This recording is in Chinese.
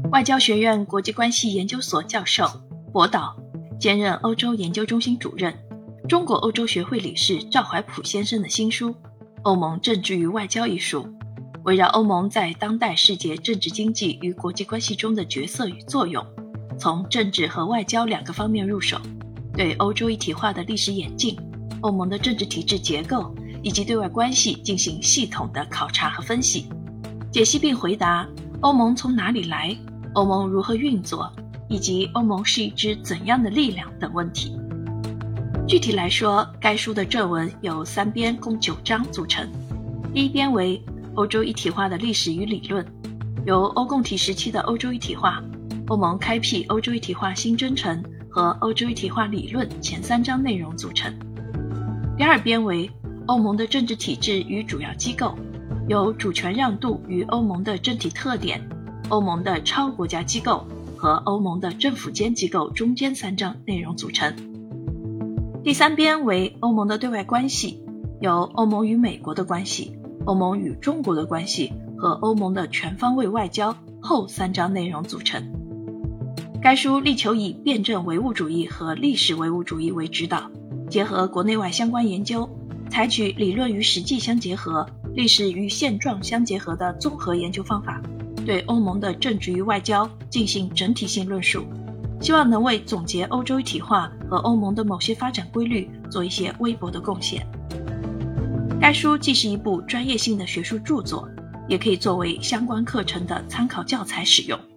外交学院国际关系研究所教授，博导，兼任欧洲研究中心主任，中国欧洲学会理事赵怀普先生的新书《欧盟政治与外交》一书，围绕欧盟在当代世界政治经济与国际关系中的角色与作用，从政治和外交两个方面入手，对欧洲一体化的历史演进、欧盟的政治体制结构以及对外关系进行系统的考察和分析，解析并回答欧盟从哪里来、欧盟如何运作，以及欧盟是一支怎样的力量等问题。具体来说，该书的正文由3编共9章组成。第一编为欧洲一体化的历史与理论，由欧共体时期的欧洲一体化、欧盟开辟欧洲一体化新征程和欧洲一体化理论前3章内容组成。第二编为欧盟的政治体制与主要机构，由主权让渡与欧盟的政体特点、欧盟的超国家机构和欧盟的政府间机构中间3章内容组成。第三编为欧盟的对外关系，由欧盟与美国的关系、欧盟与中国的关系和欧盟的全方位外交后3章内容组成。该书力求以辩证唯物主义和历史唯物主义为指导，结合国内外相关研究，采取理论与实际相结合、历史与现状相结合的综合研究方法，对欧盟的政治与外交进行整体性论述，希望能为总结欧洲一体化和欧盟的某些发展规律做一些微薄的贡献。该书既是一部专业性的学术著作，也可以作为相关课程的参考教材使用。